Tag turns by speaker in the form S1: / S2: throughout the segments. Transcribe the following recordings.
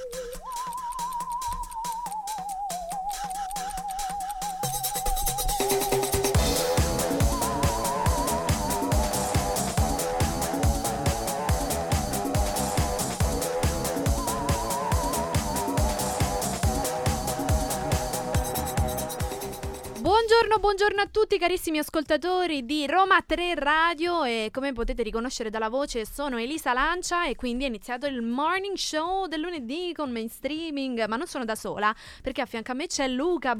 S1: Buongiorno a tutti carissimi ascoltatori di Roma 3 Radio, e come potete riconoscere dalla voce sono Elisa Lancia e quindi è iniziato il morning show del lunedì con Mainstreaming, ma non sono da sola perché a fianco a me c'è Luca.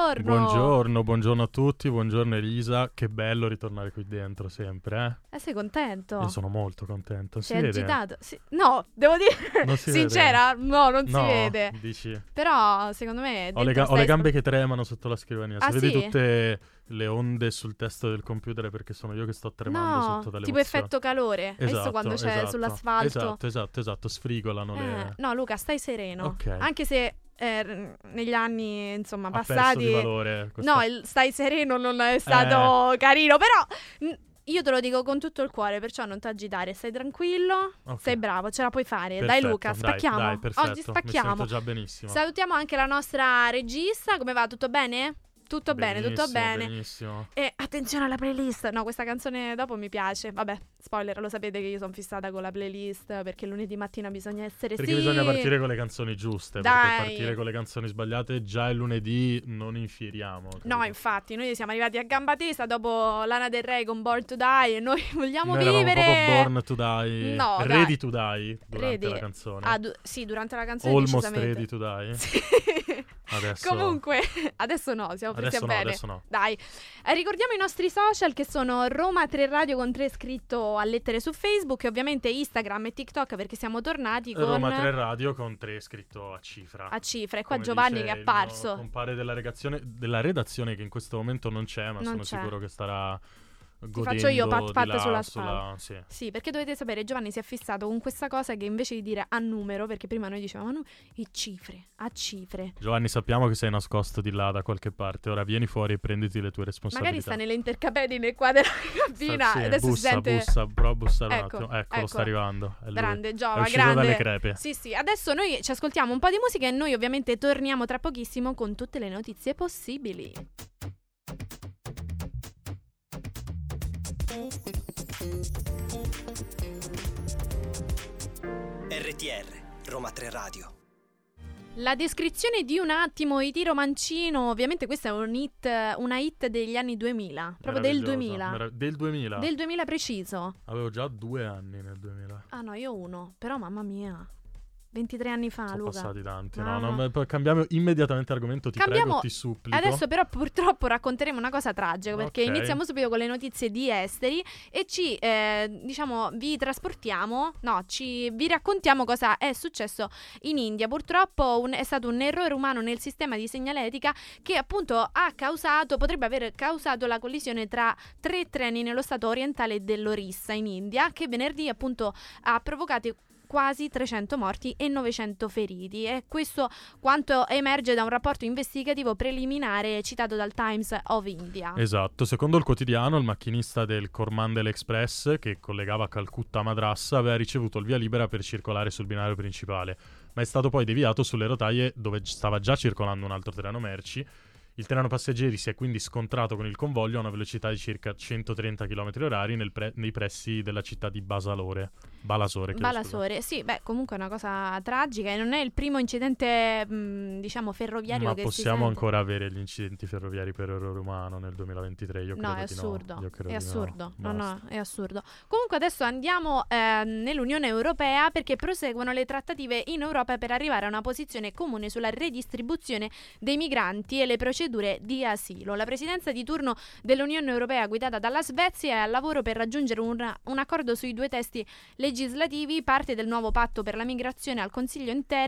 S2: Buongiorno a tutti, buongiorno Elisa, che bello ritornare qui dentro sempre,
S1: sei contento?
S2: Io sono molto contento.
S1: Sei agitato? Sì. No, devo dire
S2: non si
S1: sincera,
S2: vede.
S1: No, non si vede.
S2: Dici.
S1: Però secondo me
S2: ho le gambe che tremano sotto la scrivania. Si vedi
S1: sì?
S2: tutte le onde sul testo del computer perché sono io che sto tremando sotto dalle
S1: tipo
S2: emozioni.
S1: effetto calore. Hai visto quando c'è sull'asfalto?
S2: Esatto, sfrigolano le...
S1: No Luca, stai sereno.
S2: Okay.
S1: Anche se negli anni insomma
S2: ha
S1: passati
S2: perso di valore
S1: no, stai sereno non è stato carino, però io te lo dico con tutto il cuore, perciò non t'agitare, stai tranquillo, sei bravo, ce la puoi fare.
S2: Perfetto,
S1: dai Luca, spacchiamo.
S2: dai, perfetto.
S1: Oggi spacchiamo.
S2: Mi sento già benissimo.
S1: Salutiamo anche la nostra regista. Come va? Tutto bene? Tutto bene.
S2: Benissimo.
S1: E attenzione alla playlist. No, questa canzone dopo mi piace. Vabbè, spoiler, lo sapete che io sono fissata con la playlist perché lunedì mattina bisogna essere
S2: perché bisogna partire con le canzoni giuste.
S1: Dai.
S2: Perché partire con le canzoni sbagliate già il lunedì non infieriamo.
S1: No, infatti, noi siamo arrivati a gamba tesa dopo Lana Del Rey con Born to Die e noi vogliamo
S2: noi
S1: vivere.
S2: Proprio Born to Die.
S1: No,
S2: Ready to Die durante
S1: ready.
S2: La canzone.
S1: Sì, durante la canzone
S2: Almost Ready to Die.
S1: Sì.
S2: Adesso...
S1: Comunque, adesso no, siamo presi bene.
S2: Adesso no.
S1: Dai, ricordiamo i nostri social che sono Roma 3 Radio con 3 scritto a lettere su Facebook e ovviamente Instagram e TikTok perché siamo tornati con
S2: Roma 3 Radio con 3 scritto a cifra.
S1: A cifra, e qua
S2: come
S1: Giovanni che è
S2: il
S1: apparso.
S2: Compare della redazione che in questo momento non c'è, ma sono sicuro che starà
S1: ti faccio io pat sulla spalla.
S2: Sì,
S1: perché dovete sapere, Giovanni si è fissato con questa cosa che invece di dire a numero, perché prima noi dicevamo e cifre, a cifre.
S2: Giovanni, sappiamo che sei nascosto di là da qualche parte, ora vieni fuori e prenditi le tue responsabilità.
S1: Magari sta nelle intercapedine qua della cabina.
S2: Sì,
S1: adesso
S2: bussa,
S1: si sente...
S2: prova a bussare
S1: ecco,
S2: un attimo. Eccolo, sta arrivando. È lui.
S1: Grande, Giova,
S2: è uscito
S1: grande.
S2: dalle crepe.
S1: Sì, adesso noi ci ascoltiamo un po' di musica e noi ovviamente torniamo tra pochissimo con tutte le notizie possibili.
S3: RTR Roma 3 Radio.
S1: La descrizione di un attimo IT romancino, ovviamente questa è una hit degli anni 2000, proprio del 2000.
S2: Del 2000?
S1: Del 2000 preciso.
S2: Avevo già 2 anni nel 2000.
S1: Ah no, io 1, però mamma mia. 23 anni fa,
S2: sono
S1: Luca.
S2: Sono passati tanti.
S1: No.
S2: Cambiamo immediatamente argomento, prego, ti supplico.
S1: Adesso però purtroppo racconteremo una cosa tragica, perché iniziamo subito con le notizie di esteri e vi trasportiamo, vi raccontiamo cosa è successo in India. Purtroppo è stato un errore umano nel sistema di segnaletica che appunto potrebbe aver causato la collisione tra 3 treni nello stato orientale dell'Orissa in India, che venerdì appunto ha provocato quasi 300 morti e 900 feriti. E questo quanto emerge da un rapporto investigativo preliminare citato dal Times of India.
S2: Esatto, secondo il quotidiano il macchinista del Coromandel Express che collegava Calcutta a Madras aveva ricevuto il via libera per circolare sul binario principale, ma è stato poi deviato sulle rotaie dove stava già circolando un altro treno merci. Il treno passeggeri si è quindi scontrato con il convoglio a una velocità di circa 130 km/h nei pressi della città di Balasore, sì,
S1: comunque è una cosa tragica e non è il primo incidente, ferroviario
S2: ma
S1: che
S2: possiamo ancora avere gli incidenti ferroviari per errore umano nel 2023? Io credo
S1: no, è assurdo.
S2: Io credo
S1: è assurdo.
S2: No,
S1: è assurdo. Comunque adesso andiamo nell'Unione Europea perché proseguono le trattative in Europa per arrivare a una posizione comune sulla redistribuzione dei migranti e le procedure di asilo. La presidenza di turno dell'Unione Europea guidata dalla Svezia è al lavoro per raggiungere un accordo sui 2 testi legislativi, parte del nuovo patto per la migrazione al Consiglio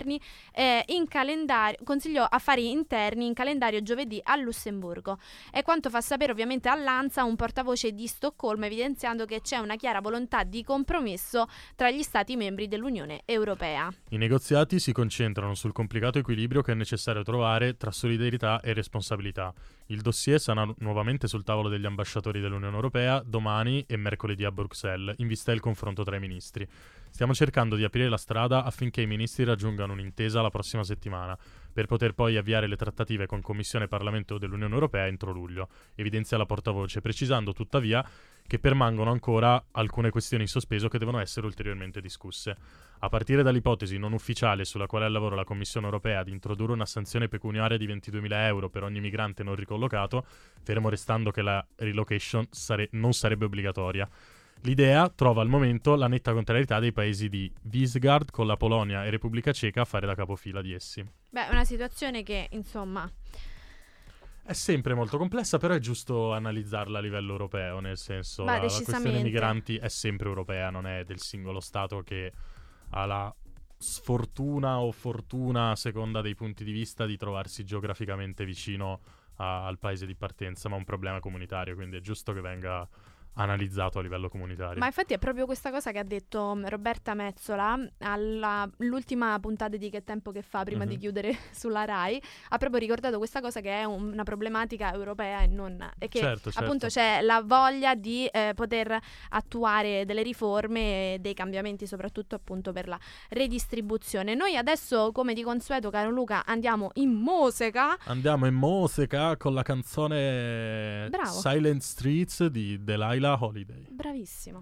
S1: Affari Interni in calendario giovedì a Lussemburgo. È quanto fa sapere ovviamente all'ANSA un portavoce di Stoccolma, evidenziando che c'è una chiara volontà di compromesso tra gli Stati membri dell'Unione Europea.
S2: I negoziati si concentrano sul complicato equilibrio che è necessario trovare tra solidarietà e responsabilità responsabilità. Il dossier sarà nuovamente sul tavolo degli ambasciatori dell'Unione Europea domani e mercoledì a Bruxelles, in vista del confronto tra i ministri. Stiamo cercando di aprire la strada affinché i ministri raggiungano un'intesa la prossima settimana, per poter poi avviare le trattative con Commissione e Parlamento dell'Unione Europea entro luglio, evidenzia la portavoce, precisando tuttavia che permangono ancora alcune questioni in sospeso che devono essere ulteriormente discusse. A partire dall'ipotesi non ufficiale sulla quale lavora la Commissione Europea di introdurre una sanzione pecuniaria di 22.000 euro per ogni migrante non ricollocato, fermo restando che la relocation non sarebbe obbligatoria. L'idea trova al momento la netta contrarietà dei paesi di Visegrad, con la Polonia e Repubblica Ceca a fare da capofila di essi.
S1: Beh, è una situazione che, insomma,
S2: è sempre molto complessa, però è giusto analizzarla a livello europeo, nel senso la questione migranti è sempre europea, non è del singolo Stato che ha la sfortuna o fortuna, a seconda dei punti di vista, di trovarsi geograficamente vicino al paese di partenza, ma è un problema comunitario, quindi è giusto che venga analizzato a livello comunitario.
S1: Ma infatti è proprio questa cosa che ha detto Roberta Mezzola all'ultima puntata di Che tempo che fa, prima di chiudere sulla Rai, ha proprio ricordato questa cosa che è una problematica europea e non, e che
S2: certo.
S1: appunto c'è la voglia di poter attuare delle riforme e dei cambiamenti, soprattutto appunto per la redistribuzione. Noi adesso, come di consueto, caro Luca, andiamo in musica
S2: con la canzone Silent Streets di Delilah Holiday.
S1: Bravissimo.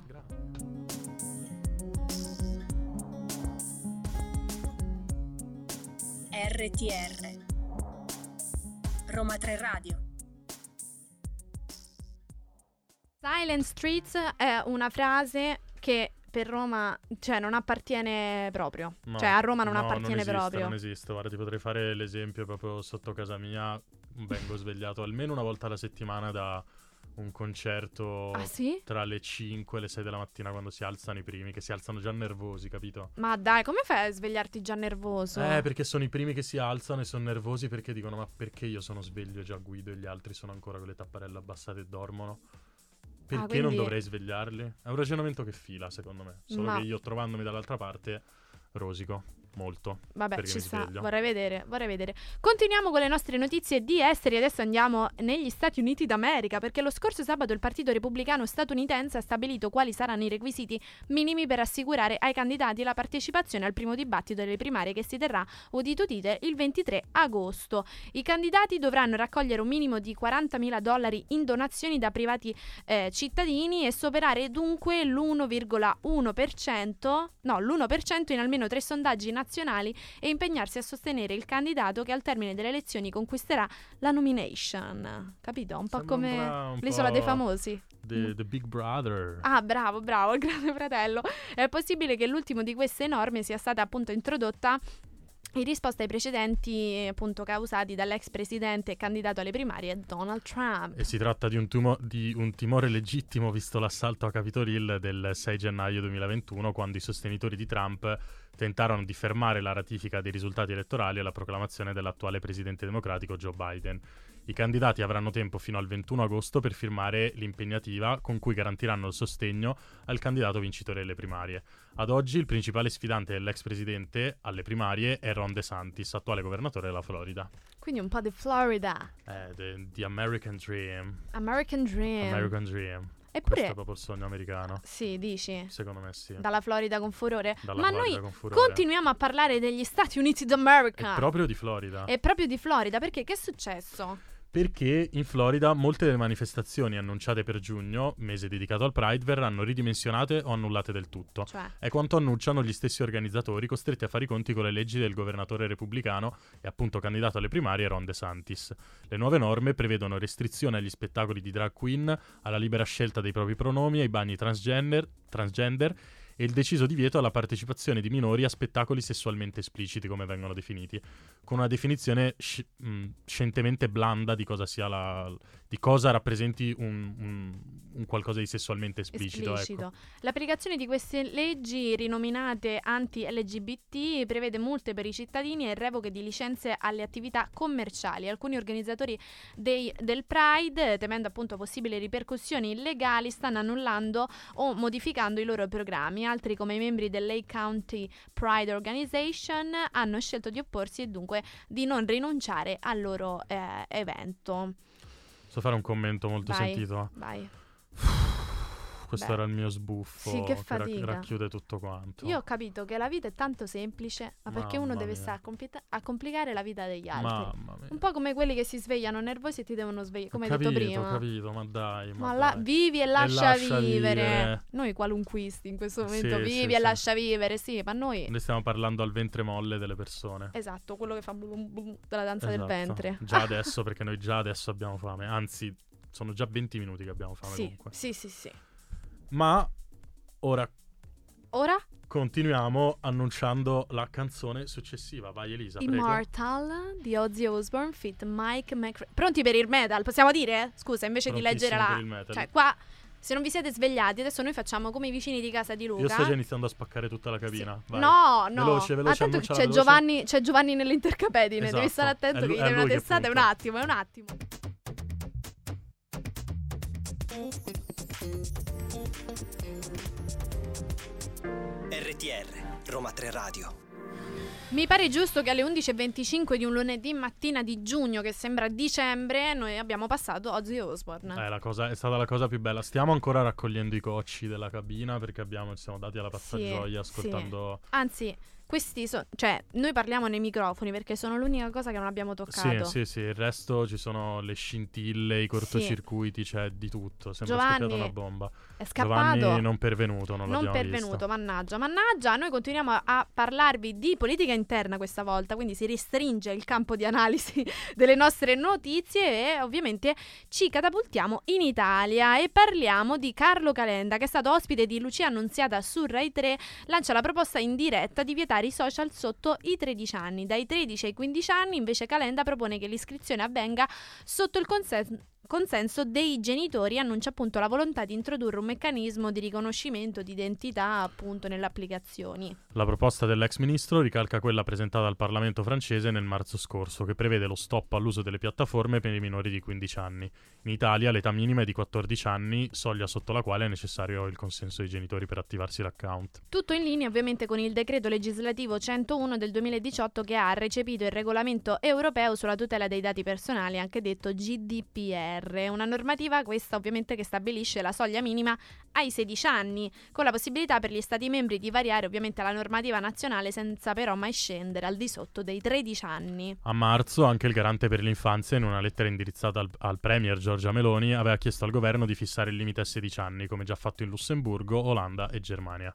S4: RTR Roma 3 Radio.
S1: Silent Streets è una frase che per Roma, cioè, non appartiene proprio. No, cioè a Roma non appartiene proprio.
S2: Non esiste. Guarda, ti potrei fare l'esempio proprio sotto casa mia. Vengo svegliato almeno una volta alla settimana da un concerto tra le 5 e le 6 della mattina, quando si alzano i primi, che si alzano già nervosi, capito?
S1: Ma dai, come fai a svegliarti già nervoso?
S2: Perché sono i primi che si alzano e sono nervosi perché dicono: ma perché io sono sveglio e già guido e gli altri sono ancora con le tapparelle abbassate e dormono? Perché
S1: quindi
S2: non dovrei svegliarli? È un ragionamento che fila, secondo me. Solo che io, trovandomi dall'altra parte, rosico molto.
S1: Vabbè, ci sta, vorrei vedere. Continuiamo con le nostre notizie di esteri. Adesso andiamo negli Stati Uniti d'America, perché lo scorso sabato il Partito Repubblicano statunitense ha stabilito quali saranno i requisiti minimi per assicurare ai candidati la partecipazione al primo dibattito delle primarie, che si terrà, udite udite, il 23 agosto. I candidati dovranno raccogliere un minimo di $40.000 in donazioni da privati cittadini e superare dunque l'1% in almeno 3 sondaggi nazionali e impegnarsi a sostenere il candidato che al termine delle elezioni conquisterà la nomination. Capito? Un po' come l'Isola dei Famosi.
S2: The Big Brother.
S1: Ah, bravo, il Grande Fratello. È possibile che l'ultimo di queste norme sia stata appunto introdotta in risposta ai precedenti appunto causati dall'ex presidente e candidato alle primarie Donald Trump.
S2: E si tratta di un timore legittimo, visto l'assalto a Capitol Hill del 6 gennaio 2021, quando i sostenitori di Trump tentarono di fermare la ratifica dei risultati elettorali e la proclamazione dell'attuale presidente democratico Joe Biden. I candidati avranno tempo fino al 21 agosto per firmare l'impegnativa con cui garantiranno il sostegno al candidato vincitore delle primarie. Ad oggi il principale sfidante dell'ex presidente alle primarie è Ron DeSantis, attuale governatore della Florida.
S1: Quindi un po' di Florida.
S2: The American Dream.
S1: American Dream. Eppure,
S2: questo è proprio il sogno americano.
S1: Sì, dici?
S2: Secondo me sì.
S1: Dalla Florida con furore.
S2: Ma
S1: noi continuiamo a parlare degli Stati Uniti d'America.
S2: È proprio di Florida. Perché? Che è successo? Perché in Florida molte delle manifestazioni annunciate per giugno, mese dedicato al Pride, verranno ridimensionate o annullate del tutto. È quanto annunciano gli stessi organizzatori, costretti a fare i conti con le leggi del governatore repubblicano e appunto candidato alle primarie Ron DeSantis. Le nuove norme prevedono restrizioni agli spettacoli di drag queen, alla libera scelta dei propri pronomi, ai bagni transgender e il deciso divieto alla partecipazione di minori a spettacoli sessualmente espliciti, come vengono definiti, con una definizione scientemente blanda di cosa sia di cosa rappresenti un qualcosa di sessualmente esplicito. Ecco.
S1: L'applicazione di queste leggi rinominate anti-LGBT prevede multe per i cittadini e revoche di licenze alle attività commerciali. Alcuni organizzatori del Pride, temendo appunto possibili ripercussioni illegali, stanno annullando o modificando i loro programmi. alcuni altri, come i membri del Lake County Pride Organization, hanno scelto di opporsi e dunque di non rinunciare al loro evento.
S2: Posso fare un commento molto sentito?
S1: Vai.
S2: Questo era il mio sbuffo,
S1: sì, che fatica.
S2: Racchiude tutto quanto.
S1: Io ho capito che la vita è tanto semplice, ma perché uno deve stare a complicare la vita degli altri.
S2: Mamma mia.
S1: Un po' come quelli che si svegliano nervosi e ti devono svegliare, come hai detto prima.
S2: Ho capito, ma dai.
S1: Vivi e lascia vivere. Noi qualunquisti in questo momento, vivi e lascia vivere, sì, ma noi
S2: stiamo parlando al ventre molle delle persone.
S1: Esatto, quello che fa della danza del ventre.
S2: Già adesso, perché noi già adesso abbiamo fame, anzi, sono già 20 minuti che abbiamo fame comunque.
S1: Sì.
S2: Ma ora continuiamo annunciando la canzone successiva. Vai Elisa,
S1: Immortal di Ozzy Osbourne feat. Mike McCready. Pronti per il metal, possiamo dire? Scusa, invece di leggere cioè qua, se non vi siete svegliati, adesso noi facciamo come i vicini di casa di Luca.
S2: Io sto già iniziando a spaccare tutta la cabina.
S1: Sì. No.
S2: Veloce,
S1: attento, c'è Giovanni nell'intercapedine.
S2: Esatto.
S1: Devi stare attento che gli dai una testata. È un attimo.
S3: RTR, Roma 3 Radio.
S1: Mi pare giusto che alle 11:25 di un lunedì mattina di giugno, che sembra dicembre, noi abbiamo passato Ozzy Osbourne.
S2: È stata la cosa più bella. Stiamo ancora raccogliendo i cocci della cabina perché ci siamo dati alla pazzagioia ascoltando.
S1: Sì. Anzi, questi cioè noi parliamo nei microfoni perché sono l'unica cosa che non abbiamo toccato.
S2: Sì, il resto ci sono le scintille, i cortocircuiti, c'è di tutto. Sembra scoppiata una bomba.
S1: È scappato.
S2: Giovanni non pervenuto, non l'abbiamo visto.
S1: Mannaggia. Noi continuiamo a parlarvi di politica interna questa volta, quindi si restringe il campo di analisi delle nostre notizie e ovviamente ci catapultiamo in Italia e parliamo di Carlo Calenda, che è stato ospite di Lucia Annunziata su Rai 3. Lancia la proposta in diretta di vietare i social sotto i 13 anni. Dai 13 ai 15 anni invece Calenda propone che l'iscrizione avvenga sotto il consenso dei genitori. Annuncia appunto la volontà di introdurre un meccanismo di riconoscimento di identità appunto nelle applicazioni.
S2: La proposta dell'ex ministro ricalca quella presentata al Parlamento francese nel marzo scorso, che prevede lo stop all'uso delle piattaforme per i minori di 15 anni. In Italia l'età minima è di 14 anni, soglia sotto la quale è necessario il consenso dei genitori per attivarsi l'account.
S1: Tutto in linea ovviamente con il decreto legislativo 101 del 2018 che ha recepito il regolamento europeo sulla tutela dei dati personali, anche detto GDPR. Una normativa questa ovviamente che stabilisce la soglia minima ai 16 anni, con la possibilità per gli stati membri di variare ovviamente la normativa nazionale senza però mai scendere al di sotto dei 13 anni.
S2: A marzo anche il garante per l'infanzia, in una lettera indirizzata al premier Giorgia Meloni, aveva chiesto al governo di fissare il limite a 16 anni, come già fatto in Lussemburgo, Olanda e Germania.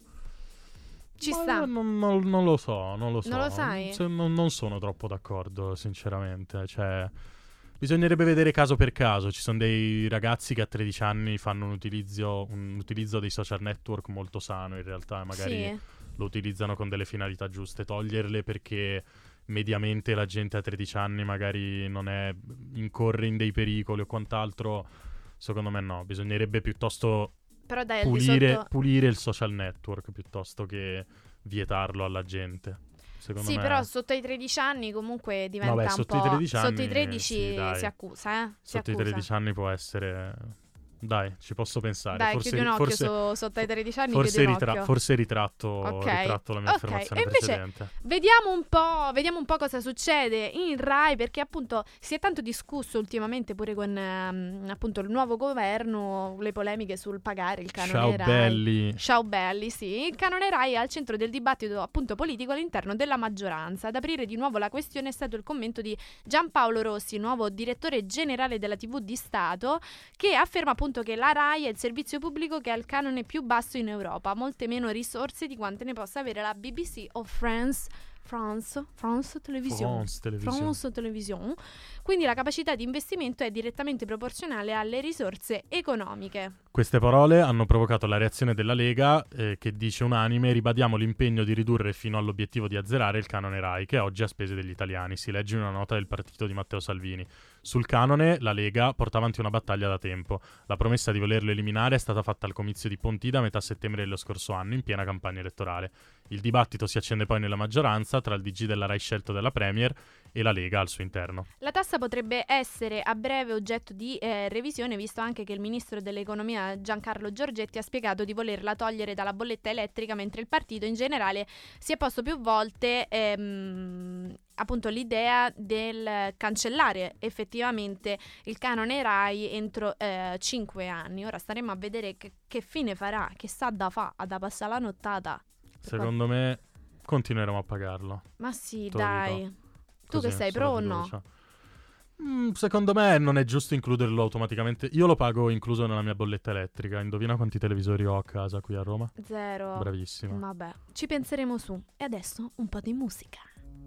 S1: Ci sta.
S2: Non lo so.
S1: Non lo sai?
S2: Non sono troppo d'accordo, sinceramente. Cioè, bisognerebbe vedere caso per caso. Ci sono dei ragazzi che a 13 anni fanno un utilizzo dei social network molto sano, in realtà, magari lo utilizzano con delle finalità giuste. Toglierle perché mediamente la gente a 13 anni magari incorre in dei pericoli o quant'altro, secondo me no. Bisognerebbe piuttosto
S1: però dai,
S2: pulire il social network piuttosto che vietarlo alla gente. Secondo me.
S1: Però sotto i 13 anni comunque diventa un po'.
S2: Sotto i 13 anni,
S1: sotto i 13
S2: sì,
S1: si accusa,
S2: Sotto i 13 anni può essere. Dai, ci posso pensare.
S1: Dai,
S2: forse,
S1: chiudi un occhio sotto ai 13 anni. Forse
S2: ritratto la mia affermazione
S1: e invece
S2: precedente.
S1: Vediamo un po' cosa succede in Rai, perché appunto si è tanto discusso ultimamente pure con appunto il nuovo governo, le polemiche sul pagare il canone Rai. Ciao belli, sì. Il canone Rai è al centro del dibattito appunto politico all'interno della maggioranza. Ad aprire di nuovo la questione è stato il commento di Giampaolo Rossi, nuovo direttore generale della TV di Stato, che afferma appunto che la Rai è il servizio pubblico che ha il canone più basso in Europa, molte meno risorse di quante ne possa avere la BBC o France Television. Quindi la capacità di investimento è direttamente proporzionale alle risorse economiche.
S2: Queste parole hanno provocato la reazione della Lega, che dice unanime: ribadiamo l'impegno di ridurre fino all'obiettivo di azzerare il canone Rai, che è oggi a spese degli italiani. Si legge in una nota del partito di Matteo Salvini. Sul canone la Lega porta avanti una battaglia da tempo. La promessa di volerlo eliminare è stata fatta al comizio di Pontida a metà settembre dello scorso anno, in piena campagna elettorale. Il dibattito si accende poi nella maggioranza tra il DG della Rai scelto della Premier e la Lega al suo interno.
S1: La tassa potrebbe essere a breve oggetto di revisione, visto anche che il ministro dell'economia Giancarlo Giorgetti ha spiegato di volerla togliere dalla bolletta elettrica, mentre il partito in generale si è posto più volte appunto l'idea del cancellare effettivamente il canone Rai entro 5 anni. Ora staremo a vedere che fine farà, che sa da fa, da passare la nottata.
S2: Secondo me continueremo a pagarlo.
S1: Ma sì,
S2: Te lo
S1: dai.
S2: dico.
S1: Tu
S2: Così,
S1: che sei
S2: sono
S1: pro o no?
S2: fiducia. Secondo me non è giusto includerlo automaticamente. Io lo pago incluso nella mia bolletta elettrica. Indovina quanti televisori ho a casa qui a Roma?
S1: 0.
S2: Bravissimo.
S1: Vabbè, ci penseremo su. E adesso un po' di musica.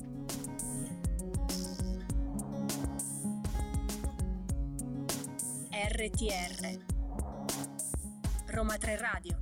S4: RTR Roma 3 Radio.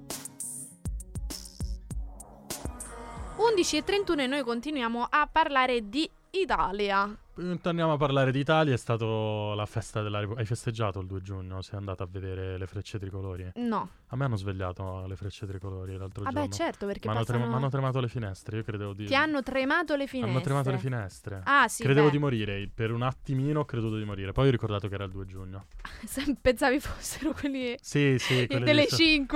S1: 11:31 e noi continuiamo a parlare di Italia.
S2: Torniamo a parlare d'Italia. È stato la festa della Repubblica. Hai festeggiato il 2 giugno? Sei andata a vedere le frecce tricolori?
S1: No.
S2: A me hanno svegliato le frecce tricolori l'altro giorno.
S1: Vabbè, certo, perché
S2: Mi
S1: passano...
S2: hanno tremato le finestre. Io credevo di...
S1: Ti hanno tremato le finestre?
S2: Hanno tremato le finestre.
S1: Ah, sì,
S2: Credevo
S1: beh.
S2: di morire. Per un attimino ho creduto di morire. Poi ho ricordato che era il 2 giugno.
S1: Pensavi fossero quelli
S2: Sì, quelli
S1: delle
S2: lì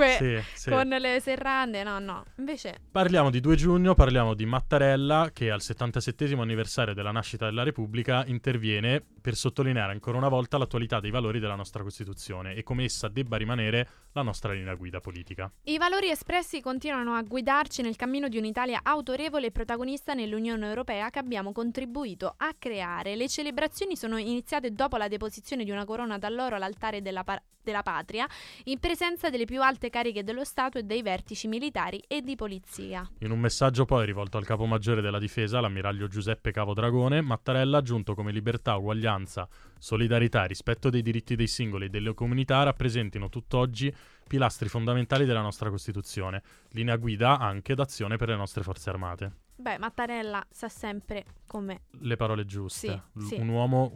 S1: 5
S2: Sì.
S1: con le serrande. No. Invece...
S2: Parliamo di 2 giugno, parliamo di Mattarella che al 77esimo anniversario della nascita della Repubblica interviene per sottolineare ancora una volta l'attualità dei valori della nostra Costituzione e come essa debba rimanere la nostra linea guida politica.
S1: I valori espressi continuano a guidarci nel cammino di un'Italia autorevole e protagonista nell'Unione Europea che abbiamo contribuito a creare. Le celebrazioni sono iniziate dopo la deposizione di una corona d'alloro all'altare della patria, in presenza delle più alte cariche dello Stato e dei vertici militari e di polizia.
S2: In un messaggio poi rivolto al capo maggiore della difesa, l'ammiraglio Giuseppe Cavodragone, Mattarella ha aggiunto come libertà, uguaglianza, solidarietà e rispetto dei diritti dei singoli e delle comunità rappresentino tutt'oggi pilastri fondamentali della nostra Costituzione, linea guida anche d'azione per le nostre forze armate.
S1: Beh, Mattarella sa sempre come...
S2: Le parole giuste.
S1: Sì.
S2: Un uomo...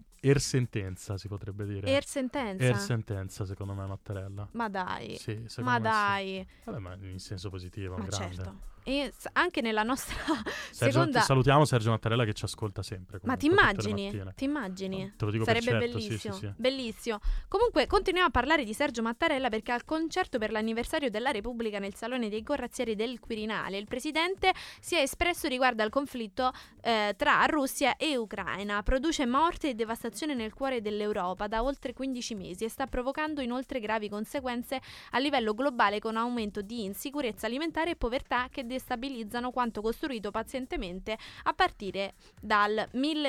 S2: sentenza si potrebbe dire.
S1: sentenza?
S2: Sentenza secondo me Mattarella.
S1: Ma dai.
S2: Sì, secondo
S1: Ma
S2: me
S1: dai.
S2: sì. Vabbè, ma in senso positivo,
S1: Ma
S2: un grande.
S1: certo. E anche nella nostra
S2: Sergio, salutiamo Sergio Mattarella che ci ascolta sempre.
S1: Ma
S2: comunque,
S1: ti
S2: tutte le
S1: immagini?
S2: mattine.
S1: Ti immagini?
S2: No, te lo dico
S1: Sarebbe
S2: per certo,
S1: bellissimo.
S2: sì.
S1: Bellissimo. Comunque continuiamo a parlare di Sergio Mattarella perché al concerto per l'anniversario della Repubblica nel Salone dei Corazzieri del Quirinale il presidente si è espresso riguardo al conflitto tra Russia e Ucraina. Produce morte e devastazione nel cuore dell'Europa da oltre 15 mesi e sta provocando inoltre gravi conseguenze a livello globale con aumento di insicurezza alimentare e povertà che destabilizzano quanto costruito pazientemente a partire dal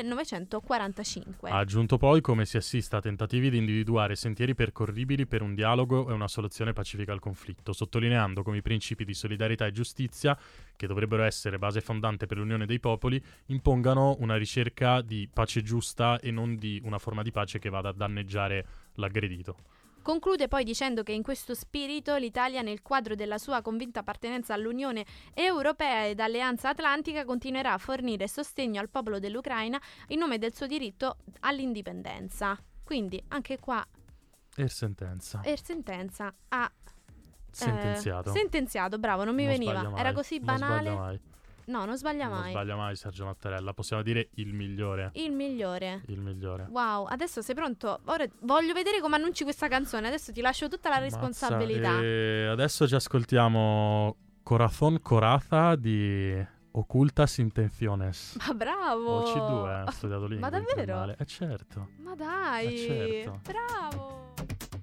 S1: 1945.
S2: Ha aggiunto poi come si assista a tentativi di individuare sentieri percorribili per un dialogo e una soluzione pacifica al conflitto, sottolineando come i principi di solidarietà e giustizia, che dovrebbero essere base fondante per l'unione dei popoli, impongano una ricerca di pace giusta e non di una forma di pace che vada a danneggiare l'aggredito.
S1: Conclude poi dicendo che in questo spirito l'Italia, nel quadro della sua convinta appartenenza all'Unione Europea ed Alleanza Atlantica, continuerà a fornire sostegno al popolo dell'Ucraina in nome del suo diritto all'indipendenza. Quindi anche qua
S2: sentenza
S1: ha
S2: sentenziato,
S1: bravo, non mi
S2: non
S1: veniva, era così banale.
S2: Non sbaglia mai.
S1: No, non sbaglia mai.
S2: Non sbaglia mai Sergio Mattarella. Possiamo dire il migliore.
S1: Il migliore. Wow, adesso sei pronto? Ora voglio vedere come annunci questa canzone. Adesso ti lascio tutta la responsabilità.
S2: E adesso ci ascoltiamo Corazón Coraza di Ocultas Intenciones.
S1: Ma bravo!
S2: Ho C2, ho studiato lì.
S1: Ma davvero?
S2: Certo.
S1: Ma dai!
S2: Certo.
S1: Bravo!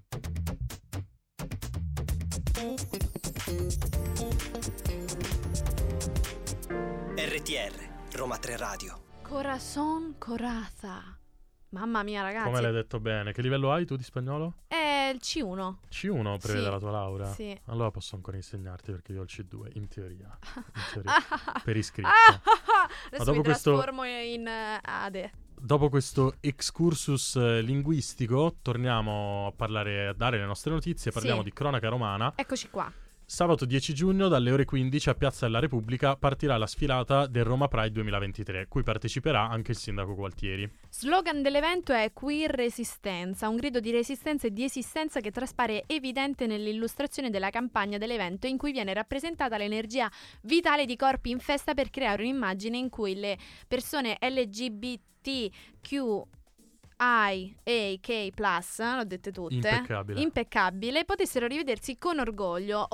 S3: RTR Roma 3 Radio.
S1: Corazón Coraza. Mamma mia, ragazzi.
S2: Come l'hai detto bene. Che livello hai tu di spagnolo?
S1: È il C1.
S2: C1 prevede
S1: Sì.
S2: la tua laurea?
S1: Sì.
S2: Allora posso ancora insegnarti perché io ho il C2, in teoria. Per iscritto.
S1: Adesso
S2: dopo
S1: mi
S2: questo-
S1: trasformo in Ade.
S2: Dopo questo excursus linguistico torniamo a dare le nostre notizie. Parliamo
S1: Sì.
S2: di cronaca romana.
S1: Eccoci qua.
S2: Sabato 10 giugno dalle ore 15 a Piazza della Repubblica partirà la sfilata del Roma Pride 2023, cui parteciperà anche il sindaco Gualtieri.
S1: Slogan dell'evento è Queer Resistenza, un grido di resistenza e di esistenza che traspare evidente nell'illustrazione della campagna dell'evento, in cui viene rappresentata l'energia vitale di corpi in festa per creare un'immagine in cui le persone LGBTQ IAK+, l'ho dette tutte, impeccabile, potessero rivedersi con orgoglio.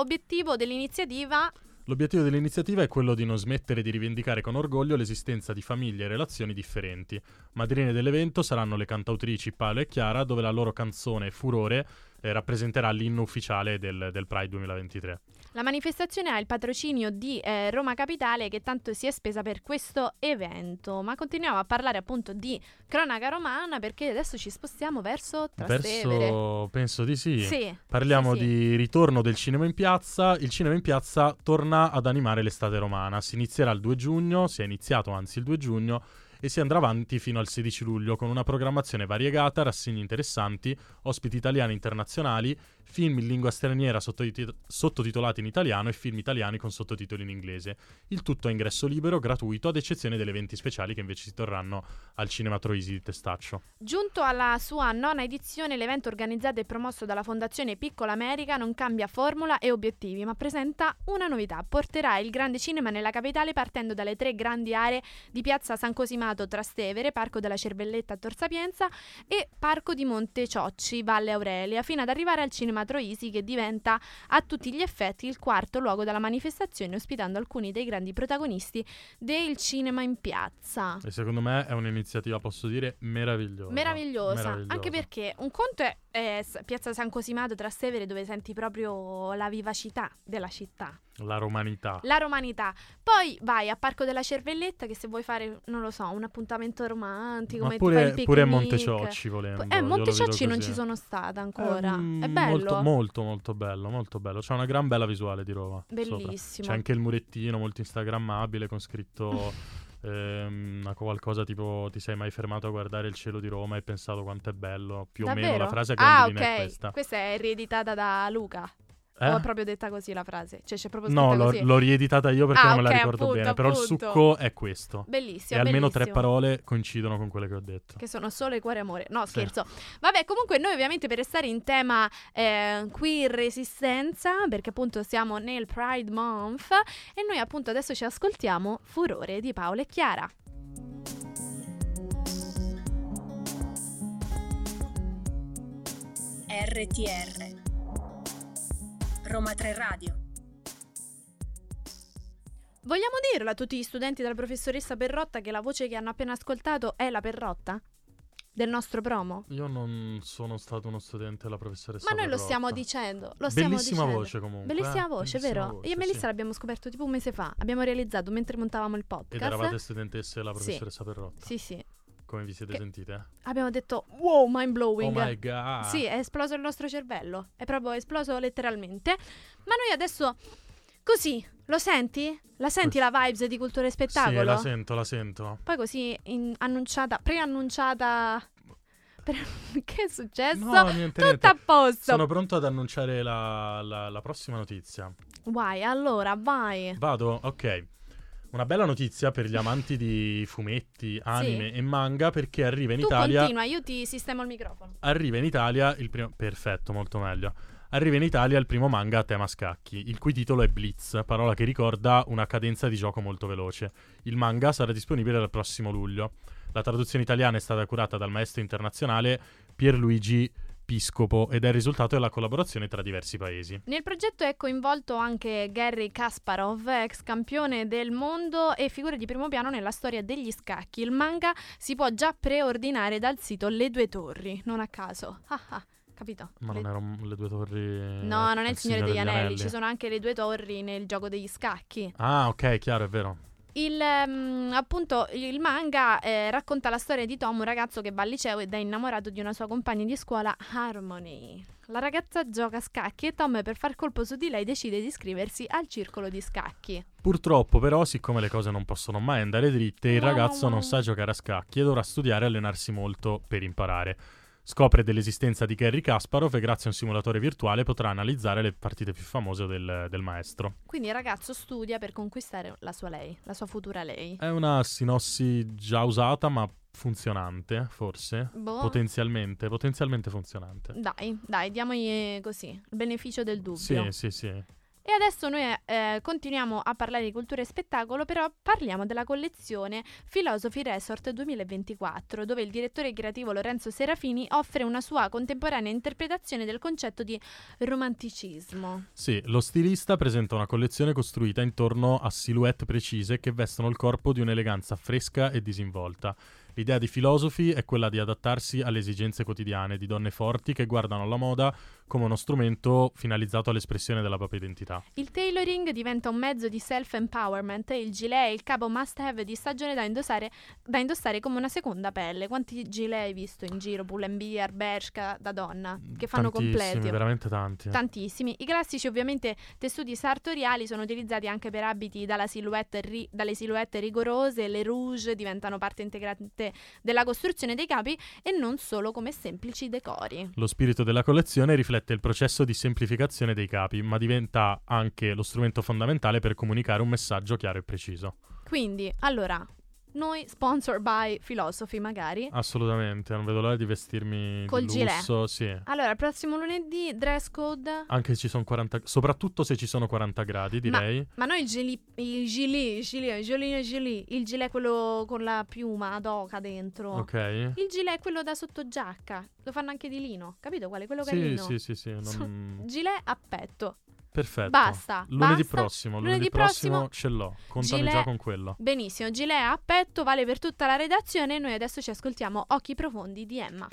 S2: L'obiettivo dell'iniziativa è quello di non smettere di rivendicare con orgoglio l'esistenza di famiglie e relazioni differenti. Madrine dell'evento saranno le cantautrici Paola e Chiara, dove la loro canzone Furore rappresenterà l'inno ufficiale del Pride 2023.
S1: La manifestazione ha il patrocinio di Roma Capitale, che tanto si è spesa per questo evento. Ma continuiamo a parlare appunto di cronaca romana, perché adesso ci spostiamo verso Trastevere.
S2: Penso di sì.
S1: Parliamo
S2: di ritorno del cinema in piazza. Il cinema in piazza torna ad animare l'estate romana. Si inizierà il 2 giugno, si è iniziato anzi il 2 giugno, e si andrà avanti fino al 16 luglio con una programmazione variegata, rassegne interessanti, ospiti italiani e internazionali, film in lingua straniera sottotitolati in italiano e film italiani con sottotitoli in inglese. Il tutto a ingresso libero, gratuito, ad eccezione degli eventi speciali che invece si terranno al Cinema Troisi di Testaccio.
S1: Giunto alla sua 9ª edizione, l'evento organizzato e promosso dalla Fondazione Piccola America non cambia formula e obiettivi, ma presenta una novità. Porterà il grande cinema nella capitale partendo dalle 3 grandi aree di Piazza San Cosimato Trastevere, Parco della Cervelletta a Tor Sapienza e Parco di Monte Ciocci, Valle Aurelia, fino ad arrivare al Cinema Troisi, che diventa a tutti gli effetti il quarto luogo della manifestazione, ospitando alcuni dei grandi protagonisti del cinema in piazza.
S2: E secondo me è un'iniziativa, posso dire, meravigliosa.
S1: Anche perché un conto è Piazza San Cosimato Trastevere, dove senti proprio la vivacità della città,
S2: la romanità.
S1: Poi vai a Parco della Cervelletta, che se vuoi fare, non lo so, un appuntamento romantico,
S2: ma
S1: ti fai il picnic. Pure
S2: Monte Ciocci, volendo.
S1: Monte Ciocci non ci sono stata ancora. È bello.
S2: Molto bello. C'è una gran bella visuale di Roma.
S1: Bellissimo.
S2: Sopra. C'è anche il murettino molto instagrammabile con scritto qualcosa tipo: ti sei mai fermato a guardare il cielo di Roma e hai pensato quanto è bello? Più
S1: Davvero?
S2: o meno la frase che è questa.
S1: Questa è rieditata da Luca. O è proprio detta così la frase? Cioè c'è proprio
S2: scritta
S1: così?
S2: No, l'ho rieditata io perché non me la ricordo bene.
S1: Appunto.
S2: Però il succo è questo.
S1: Bellissimo.
S2: E almeno 3 parole coincidono con quelle che ho detto.
S1: Che sono sole, cuore e amore. No, scherzo. Vabbè, comunque noi ovviamente, per restare in tema queer resistenza, perché appunto siamo nel Pride Month, e noi appunto adesso ci ascoltiamo Furore di Paola e Chiara.
S4: RTR Roma 3 Radio.
S1: Vogliamo dirlo a tutti gli studenti della professoressa Perrotta che la voce che hanno appena ascoltato è la Perrotta? Del nostro promo?
S2: Io non sono stato uno studente della professoressa
S1: Perrotta. Ma noi
S2: Perrotta.
S1: Lo stiamo dicendo.
S2: Bellissima voce comunque.
S1: Bellissima voce, vero?
S2: Voce,
S1: Io e Melissa l'abbiamo scoperto tipo un mese fa. Abbiamo realizzato mentre montavamo il podcast.
S2: Ed eravate studentesse della professoressa Perrotta?
S1: Sì.
S2: Come vi siete sentite?
S1: Abbiamo detto wow, mind blowing.
S2: Oh my god.
S1: Sì, è esploso il nostro cervello. È proprio esploso letteralmente. Ma noi adesso, così, lo senti? La senti la vibes di cultura e spettacolo?
S2: Sì, la sento.
S1: Poi così preannunciata. Che è successo?
S2: No, niente.
S1: A posto.
S2: Sono pronto ad annunciare la prossima notizia.
S1: Vai, allora, vai.
S2: Vado? Ok. Una bella notizia per gli amanti di fumetti, anime e manga, perché arriva in Italia...
S1: Tu continua, io ti sistemo il microfono.
S2: Arriva in Italia il primo... Perfetto, molto meglio. Arriva in Italia il primo manga a tema scacchi, il cui titolo è Blitz, parola che ricorda una cadenza di gioco molto veloce. Il manga sarà disponibile dal prossimo luglio. La traduzione italiana è stata curata dal maestro internazionale Pierluigi Piscopo ed è il risultato della collaborazione tra diversi paesi.
S1: Nel progetto è coinvolto anche Garry Kasparov, ex campione del mondo e figura di primo piano nella storia degli scacchi. Il manga si può già preordinare dal sito Le Due Torri, non a caso. Capito?
S2: Ma non erano Le Due Torri?
S1: No, non è il Signore degli Anelli, ci sono anche le Due Torri nel gioco degli scacchi.
S2: Ah, ok, chiaro, è vero.
S1: Appunto il manga racconta la storia di Tom, un ragazzo che va al liceo ed è innamorato di una sua compagna di scuola, Harmony. La ragazza gioca a scacchi e Tom, per far colpo su di lei, decide di iscriversi al circolo di scacchi.
S2: Purtroppo però, siccome le cose non possono mai andare dritte, il ragazzo non sa giocare a scacchi e dovrà studiare e allenarsi molto per imparare. scopre dell'esistenza di Garry Kasparov e grazie a un simulatore virtuale potrà analizzare le partite più famose del maestro.
S1: Quindi il ragazzo studia per conquistare la sua futura lei.
S2: È una sinossi già usata ma funzionante, forse. Potenzialmente funzionante.
S1: Dai, diamogli così il beneficio del dubbio.
S2: Sì.
S1: E adesso noi continuiamo a parlare di cultura e spettacolo, però parliamo della collezione Philosophy Resort 2024, dove il direttore creativo Lorenzo Serafini offre una sua contemporanea interpretazione del concetto di romanticismo.
S2: Sì, lo stilista presenta una collezione costruita intorno a silhouette precise che vestono il corpo di un'eleganza fresca e disinvolta. L'idea di Philosophy è quella di adattarsi alle esigenze quotidiane di donne forti che guardano alla moda come uno strumento finalizzato all'espressione della propria identità.
S1: Il tailoring diventa un mezzo di self-empowerment e il gilet è il capo must-have di stagione da indossare come una seconda pelle. Quanti gilet hai visto in giro? Pull&Bear, Bershka, da donna, che fanno completi?
S2: Veramente tanti.
S1: Tantissimi. I classici ovviamente tessuti sartoriali sono utilizzati anche per abiti dalle silhouette rigorose, le rouge diventano parte integrante della costruzione dei capi e non solo come semplici decori.
S2: Lo spirito della collezione riflette il processo di semplificazione dei capi, ma diventa anche lo strumento fondamentale per comunicare un messaggio chiaro e preciso.
S1: Quindi, allora, noi sponsor by Philosophy magari.
S2: Assolutamente, non vedo l'ora di vestirmi
S1: col
S2: di lusso, sì.
S1: Allora, il prossimo lunedì dress code.
S2: Anche se ci sono 40, soprattutto se ci sono 40 gradi, direi.
S1: Ma noi il gilet quello con la piuma ad oca dentro.
S2: Ok.
S1: Il gilet quello da sottogiacca. Lo fanno anche di lino, capito quale? Quello carino.
S2: Sì.
S1: Gilet a petto.
S2: Perfetto.
S1: Basta.
S2: Lunedì prossimo ce l'ho. Contami
S1: gilet,
S2: già con quello.
S1: Benissimo. Gilet a petto vale per tutta la redazione. E noi adesso ci ascoltiamo Occhi profondi di Emma.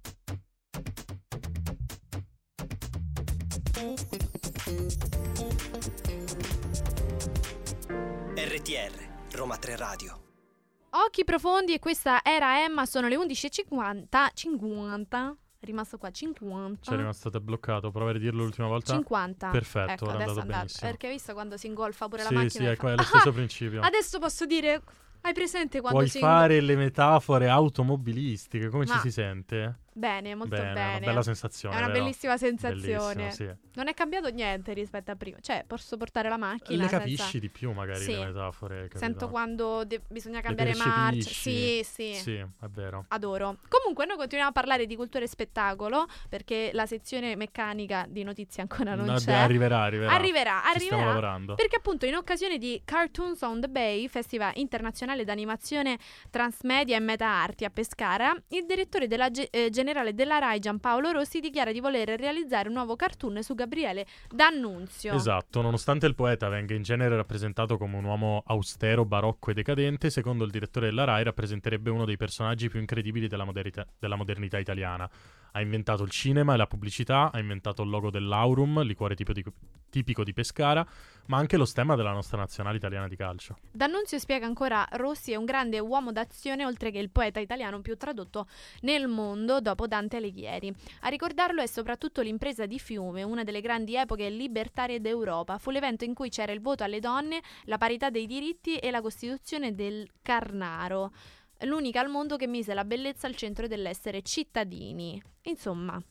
S3: RTR Roma 3 Radio.
S1: Occhi profondi, e questa era Emma. Sono le 11:50. 50. È rimasto qua 50.
S2: C'è rimasto bloccato. Prova a dirlo l'ultima volta.
S1: 50.
S2: Perfetto,
S1: ecco,
S2: ora è
S1: adesso
S2: andato benissimo.
S1: Perché hai visto quando si ingolfa pure la
S2: macchina? Sì, è lo stesso principio.
S1: Adesso posso dire. Hai presente quando
S2: Puoi fare le metafore automobilistiche? Come ci si sente?
S1: Bene, molto bene.
S2: È una bella sensazione.
S1: È una
S2: vero?
S1: bellissima sensazione.
S2: Bellissimo, sì.
S1: Non è cambiato niente rispetto a prima. Cioè, posso portare la macchina.
S2: Le capisci di più, magari,
S1: sì.
S2: le metafore. Capito?
S1: Sento quando bisogna cambiare marcia. Sì.
S2: Sì, è vero.
S1: Adoro. Comunque, noi continuiamo a parlare di cultura e spettacolo, perché la sezione meccanica di notizie ancora non c'è.
S2: Arriverà.
S1: Ci
S2: stiamo lavorando.
S1: Perché appunto in occasione di Cartoons on the Bay, festival internazionale d'animazione transmedia e meta arti a Pescara, il direttore generale della Rai Giampaolo Rossi dichiara di voler realizzare un nuovo cartoon su Gabriele D'Annunzio.
S2: Esatto, nonostante il poeta venga in genere rappresentato come un uomo austero, barocco e decadente, secondo il direttore della Rai rappresenterebbe uno dei personaggi più incredibili della modernità italiana. Ha inventato il cinema e la pubblicità, ha inventato il logo dell'Aurum, liquore tipico di Pescara, ma anche lo stemma della nostra nazionale italiana di calcio.
S1: D'Annunzio, spiega ancora Rossi, è un grande uomo d'azione, oltre che il poeta italiano più tradotto nel mondo dopo Dante Alighieri. A ricordarlo è soprattutto l'impresa di Fiume, una delle grandi epoche libertarie d'Europa. Fu l'evento in cui c'era il voto alle donne, la parità dei diritti e la costituzione del Carnaro. L'unica al mondo che mise la bellezza al centro dell'essere cittadini. Insomma,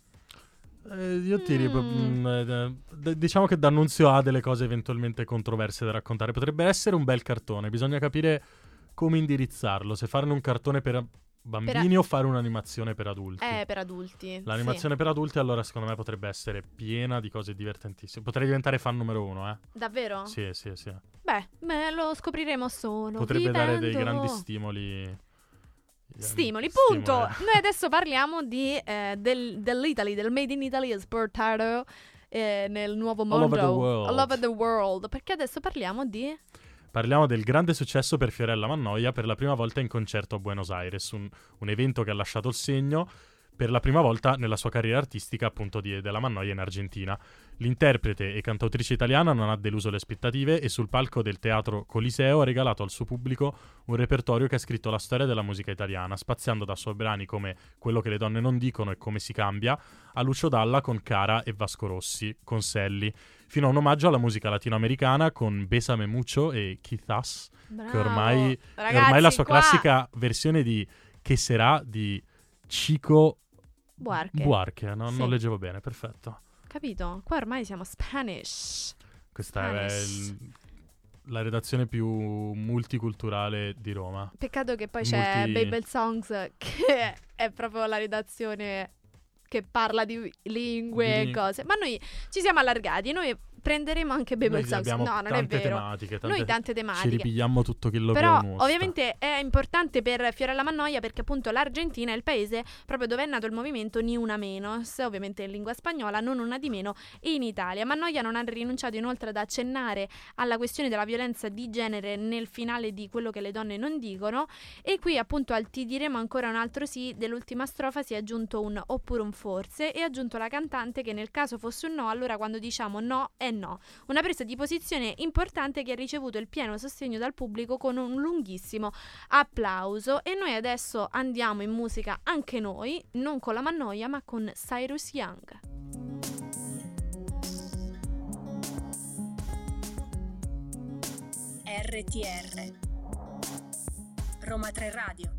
S2: diciamo che D'Annunzio ha delle cose eventualmente controverse da raccontare. Potrebbe essere un bel cartone, bisogna capire come indirizzarlo, se farne un cartone per bambini o fare un'animazione per adulti.
S1: Per adulti.
S2: L'animazione per adulti, allora, secondo me potrebbe essere piena di cose divertentissime. Potrei diventare fan numero 1,
S1: Davvero?
S2: Sì.
S1: Beh, lo scopriremo solo
S2: potrebbe dare dei grandi stimoli.
S1: Punto. Noi adesso parliamo dell'Italy, del Made in Italy esportato nel nuovo mondo, all over the world. Perché adesso parliamo del grande successo per Fiorella Mannoia, per la prima volta in concerto a Buenos Aires, un evento che ha lasciato il segno per la prima volta nella sua carriera artistica, appunto, della Mannoia in Argentina. L'interprete e cantautrice italiana non ha deluso le aspettative e sul palco del Teatro Coliseo ha regalato al suo pubblico un repertorio che ha scritto la storia della musica italiana, spaziando da suoi brani come Quello che le donne non dicono e Come si cambia, a Lucio Dalla con Cara e Vasco Rossi con Selli, fino a un omaggio alla musica latinoamericana con Bésame Mucho e Quizás, che ormai è la sua classica versione di Che sarà di Chico
S2: Buarque, non leggevo bene, perfetto.
S1: Capito? Qua ormai siamo Spanish.
S2: Questa è la redazione più multiculturale di Roma.
S1: Peccato che poi c'è Babel Songs, che è proprio la redazione che parla di lingue e cose. Ma noi ci siamo allargati, noi prenderemo anche Babel Songs. No, non è vero. Noi tante tematiche.
S2: Ci ripigliamo tutto quello che
S1: però
S2: è nostro.
S1: ovviamente è importante per Fiorella Mannoia, perché appunto l'Argentina è il paese proprio dove è nato il movimento Ni Una Menos, ovviamente in lingua spagnola, non una di meno in Italia. Mannoia non ha rinunciato inoltre ad accennare alla questione della violenza di genere nel finale di Quello che le donne non dicono, e qui appunto al ti diremo ancora un altro sì dell'ultima strofa si è aggiunto un oppure un forse, e ha aggiunto la cantante che nel caso fosse un no, allora quando diciamo no è no. Una presa di posizione importante che ha ricevuto il pieno sostegno dal pubblico con un lunghissimo applauso. E noi adesso andiamo in musica anche noi, non con la Mannoia ma con Cyrus Young.
S4: RTR Roma 3 Radio.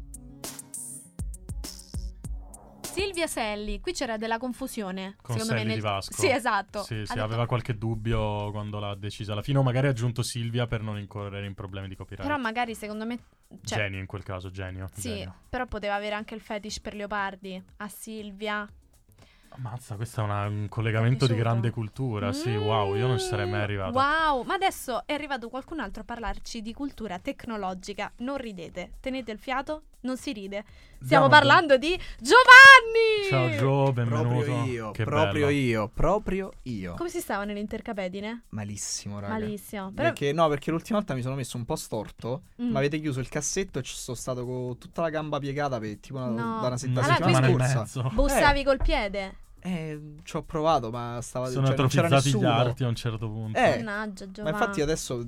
S1: Silvia Selli, qui c'era della confusione
S2: con
S1: secondo
S2: Selli
S1: me
S2: di Vasco.
S1: Sì, esatto.
S2: Sì,
S1: detto...
S2: aveva qualche dubbio quando l'ha decisa alla fine, o magari ha aggiunto Silvia per non incorrere in problemi di copyright.
S1: Però magari secondo me
S2: genio in quel caso, genio.
S1: Però poteva avere anche il fetish per leopardi a Silvia.
S2: Ammazza, questo è un collegamento di grande cultura. Sì, wow, io non ci sarei mai arrivato.
S1: Wow, ma adesso è arrivato qualcun altro a parlarci di cultura tecnologica. Non ridete, tenete il fiato, non si ride. Stiamo parlando di Giovanni!
S2: Ciao Gio, benvenuto.
S5: Proprio io.
S1: Come si stava nell'intercapedine?
S5: Malissimo, raga.
S1: Malissimo.
S5: Perché l'ultima volta mi sono messo un po' storto. Ma avete chiuso il cassetto e ci sono stato con tutta la gamba piegata per tipo da una settimana scorsa.
S1: Bussavi col piede?
S5: Ci ho provato, ma
S2: sono atrofizzati gli arti a un certo punto.
S1: Mannaggia, Giovanni.
S5: Ma infatti adesso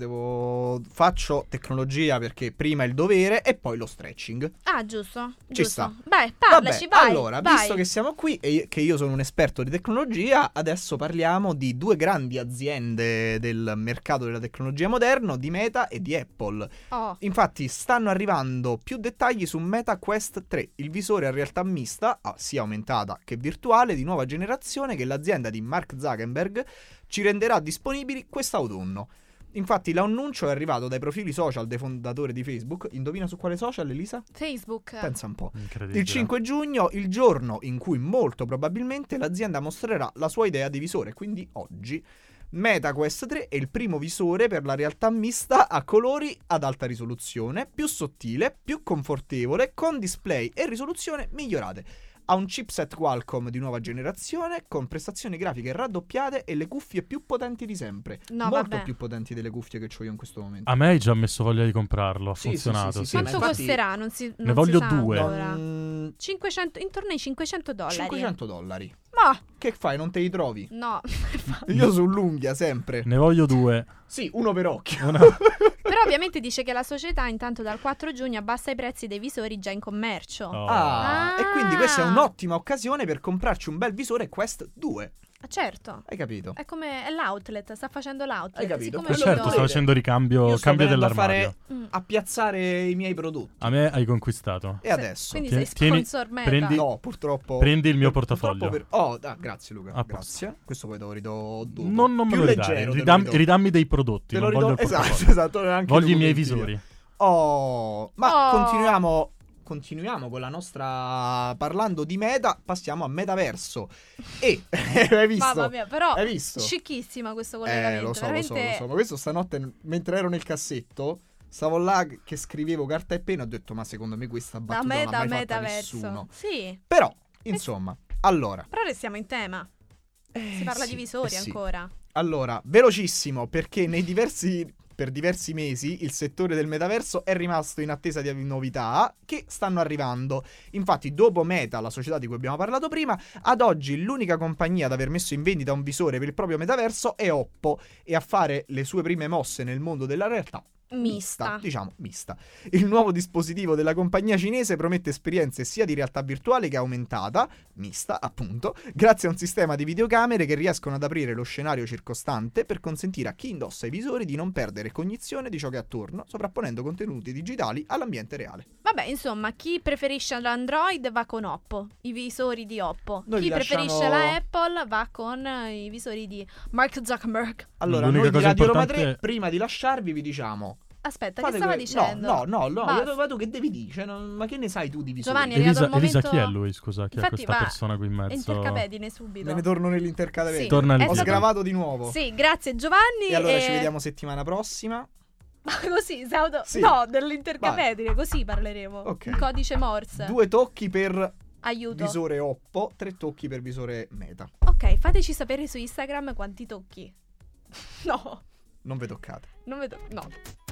S5: faccio tecnologia perché prima il dovere e poi lo stretching.
S1: Ah, giusto.
S5: Ci sta.
S1: Beh, parlaci, vai.
S5: Allora, visto che siamo qui e che io sono un esperto di tecnologia, adesso parliamo di due grandi aziende del mercato della tecnologia moderno, di Meta e di Apple. Infatti stanno arrivando più dettagli su Meta Quest 3, il visore a realtà mista, sia aumentata che virtuale, di nuova generazione che l'azienda di Mark Zuckerberg ci renderà disponibili quest'autunno. Infatti l'annuncio è arrivato dai profili social dei fondatori di Facebook. Indovina su quale social, Elisa?
S1: Facebook.
S5: Pensa un po'. Il 5 giugno, il giorno in cui molto probabilmente l'azienda mostrerà la sua idea di visore, quindi oggi. Meta Quest 3 è il primo visore per la realtà mista a colori ad alta risoluzione, più sottile, più confortevole, con display e risoluzione migliorate. Ha un chipset Qualcomm di nuova generazione con prestazioni grafiche raddoppiate e le cuffie più potenti di sempre. Molto più potenti delle cuffie che ho io in questo momento.
S2: A me hai già messo voglia di comprarlo. Ha funzionato.
S1: Sì. Quanto costerà? Non
S2: ne voglio
S1: si sa
S2: due.
S1: Ancora. 500, intorno ai $500.
S5: $500.
S1: Ma
S5: che fai? Non te li trovi?
S1: No.
S5: Io sull'unghia sempre.
S2: Ne voglio due.
S5: Sì, uno per occhio.
S1: Però ovviamente dice che la società intanto dal 4 giugno abbassa i prezzi dei visori già in commercio.
S5: E quindi questa è un'ottima occasione per comprarci un bel visore Quest 2.
S1: Certo.
S5: Hai capito?
S1: È come l'outlet, sta facendo l'outlet.
S5: Hai capito?
S2: Certo, sta facendo cambio dell'armadio.
S5: A piazzare i miei prodotti.
S2: A me hai conquistato.
S5: E adesso?
S1: Quindi sei sponsor Meta.
S5: No, purtroppo.
S2: Prendi il mio portafoglio.
S5: Grazie Luca.
S2: Grazie.
S5: Questo poi te lo ridò dopo.
S2: Non me lo ridare. Ridammi dei prodotti. Non voglio il portafoglio.
S5: Esatto.
S2: Voglio i miei visori.
S5: Continuiamo con la nostra. Parlando di Meta, passiamo a Metaverso. E hai visto?
S1: Mamma mia, però
S5: hai visto?
S1: Scicchissima questo collegamento.
S5: Lo so. Ma questo stanotte, mentre ero nel cassetto, stavo là che scrivevo carta e penna, ho detto ma secondo me questa battuta non l'ha mai fatta nessuno.
S1: Sì.
S5: Però, insomma, allora.
S1: Però restiamo in tema. Si parla di visori ancora.
S5: Allora, velocissimo, perché per diversi mesi il settore del metaverso è rimasto in attesa di novità che stanno arrivando. Infatti, dopo Meta, la società di cui abbiamo parlato prima, ad oggi l'unica compagnia ad aver messo in vendita un visore per il proprio metaverso è Oppo, e a fare le sue prime mosse nel mondo della realtà mista. Il nuovo dispositivo della compagnia cinese promette esperienze sia di realtà virtuale che aumentata, mista appunto, grazie a un sistema di videocamere che riescono ad aprire lo scenario circostante per consentire a chi indossa i visori di non perdere cognizione di ciò che è attorno, sovrapponendo contenuti digitali all'ambiente reale.
S1: Ma Vabbè, insomma, chi preferisce l'Android va con Oppo, i visori di Oppo.
S5: Noi
S1: Chi
S5: vi lasciamo-
S1: preferisce la Apple va con i visori di Mark Zuckerberg.
S5: Allora,
S2: L'unica
S5: noi di
S2: cosa
S5: Radio Roma
S2: importante-
S5: 3, prima di lasciarvi, vi diciamo...
S1: Aspetta,
S5: fate
S1: che stava
S5: que-
S1: dicendo?
S5: No,
S1: Basta.
S5: ma tu che devi dire? Cioè, ma che ne sai tu di visori?
S1: Giovanni, è arrivato il
S2: Elisa,
S1: momento...
S2: chi è lui, scusa? Chi è
S1: Infatti,
S2: questa
S1: va,
S2: persona qui in mezzo?
S1: intercapedine subito.
S5: Me ne torno nell'intercadere.
S1: Sì.
S2: Torna
S1: È
S2: lì.
S5: Ho
S1: stato-
S5: sgravato di nuovo.
S1: Sì, grazie Giovanni.
S5: E allora ci vediamo settimana prossima.
S1: Ma così,
S5: Sì.
S1: no, dell'intercapedine, così parleremo.
S5: Ok.
S1: Un codice Morse.
S5: 2 tocchi per
S1: Aiuto.
S5: visore Oppo, 3 tocchi per visore Meta.
S1: Ok, fateci sapere su Instagram quanti tocchi. No,
S5: Non ve toccate.
S1: non vedo. No.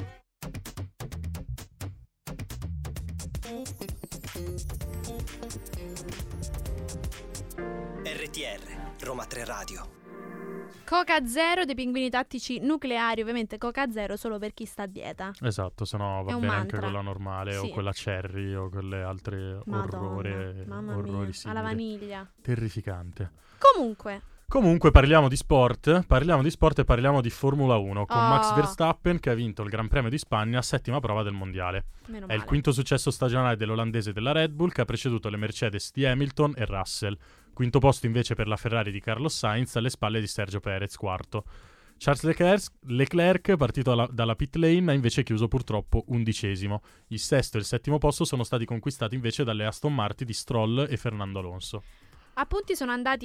S3: RTR, Roma 3 Radio.
S1: Coca Zero dei pinguini tattici nucleari, ovviamente Coca Zero solo per chi sta a dieta.
S2: Esatto, se no
S1: È
S2: va
S1: un
S2: bene anche
S1: mantra.
S2: quella normale o
S1: Sì.
S2: quella cherry o quelle altre
S1: Madonna, mamma mia,
S2: orrori simili.
S1: alla vaniglia.
S2: Terrificante.
S1: Comunque,
S2: parliamo di sport e parliamo di Formula 1 con
S1: Oh.
S2: Max Verstappen che ha vinto il Gran Premio di Spagna, settima prova del mondiale.
S1: meno
S2: È
S1: male.
S2: il quinto successo stagionale dell'olandese della Red Bull che ha preceduto le Mercedes di Hamilton e Russell. Quinto posto invece per la Ferrari di Carlos Sainz alle spalle di Sergio Perez, quarto. Charles Leclerc, partito dalla pit lane, ha invece chiuso purtroppo 11°. Il sesto e il settimo posto sono stati conquistati invece dalle Aston Martin di Stroll e Fernando Alonso.
S1: A punti sono andati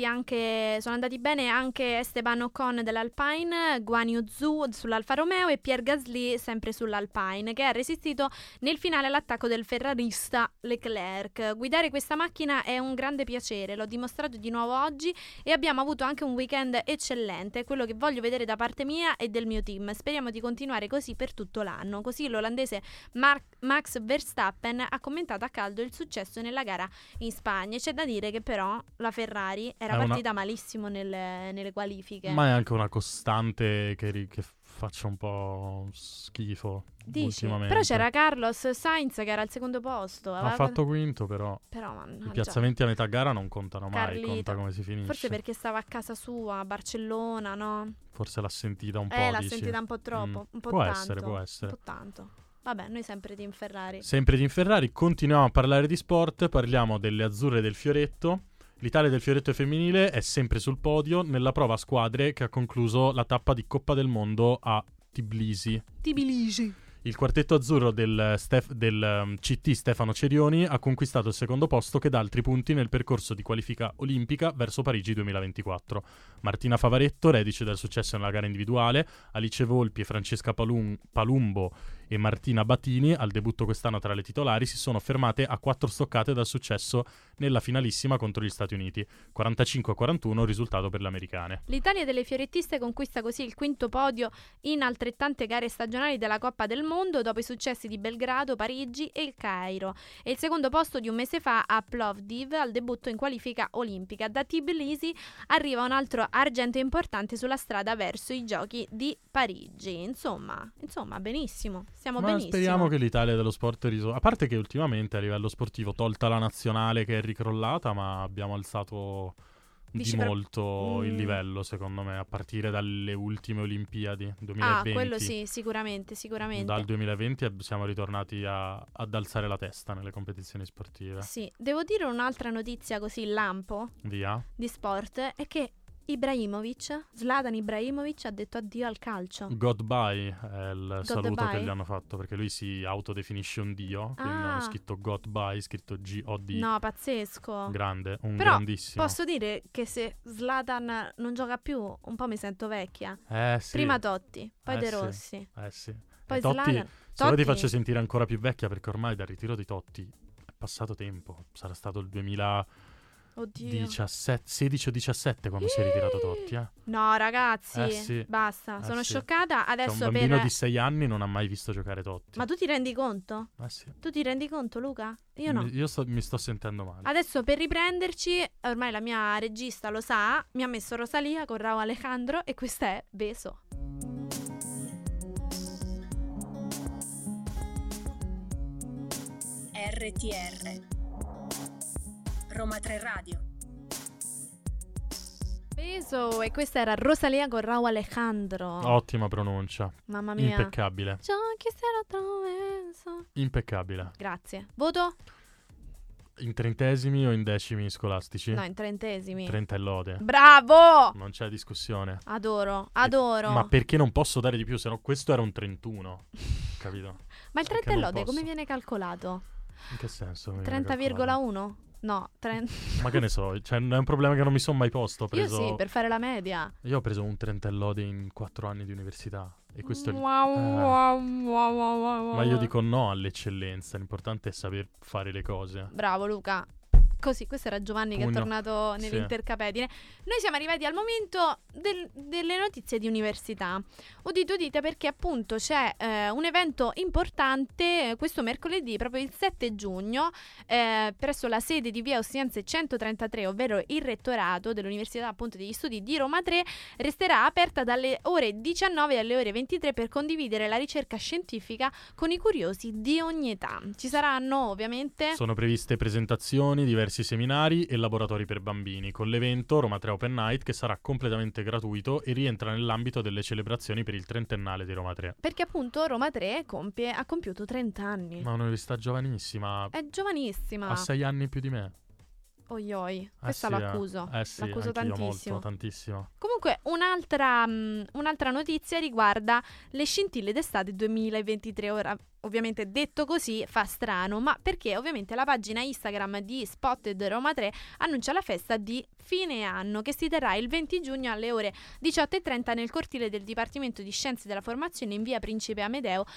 S1: bene anche Esteban Ocon dell'Alpine, Guan Yu Zhou sull'Alfa Romeo e Pierre Gasly sempre sull'Alpine, che ha resistito nel finale all'attacco del ferrarista Leclerc. Guidare questa macchina è un grande piacere, l'ho dimostrato di nuovo oggi e abbiamo avuto anche un weekend eccellente, quello che voglio vedere da parte mia e del mio team. Speriamo di continuare così per tutto l'anno. Così l'olandese Max Verstappen ha commentato a caldo il successo nella gara in Spagna. C'è da dire che però la Ferrari era partita malissimo nelle qualifiche.
S2: Ma è anche una costante che faccia un po' schifo.
S1: Dici?
S2: Ultimamente.
S1: Però c'era Carlos Sainz che era al secondo posto.
S2: Ha fatto quinto, però
S1: mannaggia.
S2: i piazzamenti a metà gara non contano mai,
S1: Carlito.
S2: conta come si finisce.
S1: Forse perché stava a casa sua, a Barcellona, no?
S2: Forse l'ha sentita un po'.
S1: L'ha
S2: dici?
S1: sentita un po' troppo, un po'
S2: Può
S1: tanto.
S2: essere, può essere.
S1: Un po' tanto. Vabbè, noi sempre team Ferrari.
S2: Sempre di Ferrari, continuiamo a parlare di sport, parliamo delle azzurre del fioretto. L'Italia del fioretto femminile è sempre sul podio nella prova a squadre che ha concluso la tappa di Coppa del Mondo a Tbilisi. Il quartetto azzurro del CT Stefano Cerioni ha conquistato il secondo posto che dà altri punti nel percorso di qualifica olimpica verso Parigi 2024. Martina Favaretto, reduce dal successo nella gara individuale, Alice Volpi e Francesca Palumbo e Martina Battini, al debutto quest'anno tra le titolari, si sono fermate a 4 stoccate dal successo nella finalissima contro gli Stati Uniti. 45-41 risultato per le americane.
S1: L'Italia delle fiorettiste conquista così il quinto podio in altrettante gare stagionali della Coppa del Mondo dopo i successi di Belgrado, Parigi e il Cairo e il secondo posto di un mese fa a Plovdiv al debutto in qualifica olimpica. Da Tbilisi arriva un altro argento importante sulla strada verso i giochi di Parigi. Insomma, benissimo. Stiamo
S2: Ma
S1: benissimo.
S2: speriamo che l'Italia dello sport a parte che ultimamente a livello sportivo, tolta la nazionale che è ricrollata, ma abbiamo alzato
S1: Dici
S2: di molto il livello, secondo me, a partire dalle ultime Olimpiadi 2020.
S1: Quello sì, sicuramente.
S2: Dal 2020 siamo ritornati ad alzare la testa nelle competizioni sportive.
S1: Sì, devo dire un'altra notizia così lampo
S2: Via.
S1: di sport è che Zlatan Ibrahimovic ha detto addio al calcio.
S2: Goodbye è il saluto
S1: Goodbye?
S2: che gli hanno fatto, perché lui si autodefinisce un dio, quindi hanno scritto Goodbye, scritto G-O-D.
S1: No, pazzesco.
S2: Grande, un
S1: Però
S2: grandissimo.
S1: posso dire che se Zlatan non gioca più, un po' mi sento vecchia.
S2: Sì.
S1: Prima Totti, poi De
S2: sì.
S1: Rossi.
S2: Sì.
S1: Poi
S2: Totti,
S1: Zlatan.
S2: se vuoi ti
S1: Totti-
S2: faccio sentire ancora più vecchia, perché ormai dal ritiro di Totti è passato tempo. Sarà stato il 2017,
S1: Oddio.
S2: 16 o 17 quando si è ritirato Totti.
S1: No, ragazzi,
S2: Sì.
S1: basta. Sono
S2: sì.
S1: scioccata.
S2: Cioè,
S1: Adesso
S2: un bambino
S1: per...
S2: di 6 anni non ha mai visto giocare Totti.
S1: Ma tu ti rendi conto?
S2: Sì.
S1: Tu ti rendi conto, Luca? Io no.
S2: Io mi sto sentendo male.
S1: Adesso per riprenderci, ormai la mia regista lo sa, mi ha messo Rosalia con Rauw Alejandro e questa è Beso.
S4: RTR Roma 3 Radio.
S1: Peso, e questa era Rosalía con Rauw Alejandro.
S2: Ottima pronuncia.
S1: Mamma mia.
S2: Impeccabile.
S1: Yo quisiera otra vez.
S2: Impeccabile.
S1: Grazie. Voto?
S2: In trentesimi o in decimi scolastici?
S1: No, in trentesimi.
S2: 30 e lode.
S1: Bravo!
S2: Non c'è discussione.
S1: Adoro.
S2: Ma perché non posso dare di più? Se no, questo era un 31. Capito?
S1: Ma il 30
S2: Perché
S1: e
S2: non
S1: lode
S2: posso.
S1: come viene calcolato?
S2: In che senso? come viene calcolato?
S1: 30,1? No, 30.
S2: Ma che ne so, cioè, è un problema che non mi sono mai posto. Ho preso...
S1: Io sì, per fare la media.
S2: Io ho preso un 30 e lode in 4 anni di università. E questo è il...
S1: Ma
S2: Ma io dico no all'eccellenza. L'importante è saper fare le cose.
S1: Bravo Luca. Così, questo era Giovanni che è
S2: Pugno.
S1: tornato
S2: Sì.
S1: nell'intercapedine. Noi siamo arrivati al momento delle notizie di università. Udite, udite, perché appunto c'è un evento importante questo mercoledì, proprio il 7 giugno, presso la sede di Via Ostiense 133, ovvero il rettorato dell'Università appunto degli Studi di Roma 3, resterà aperta dalle ore 19 alle ore 23 per condividere la ricerca scientifica con i curiosi di ogni età. Ci saranno ovviamente...
S2: Sono previste presentazioni, diversi seminari e laboratori per bambini, con l'evento Roma 3 Open Night che sarà completamente gratuito e rientra nell'ambito delle celebrazioni per il trentennale di Roma 3.
S1: Perché appunto Roma 3 ha compiuto 30 anni.
S2: Ma un'università giovanissima,
S1: È giovanissima.
S2: ha 6 anni più di me.
S1: Oi oi, questa
S2: Sì,
S1: l'accuso.
S2: sì,
S1: L'accuso
S2: anch'io
S1: tantissimo.
S2: molto, tantissimo.
S1: Comunque un'altra notizia riguarda le scintille d'estate 2023. Ora, ovviamente detto così fa strano, ma perché ovviamente la pagina Instagram di Spotted Roma 3 annuncia la festa di fine anno che si terrà il 20 giugno alle ore 18:30 nel cortile del Dipartimento di Scienze della Formazione in via Principe Amedeo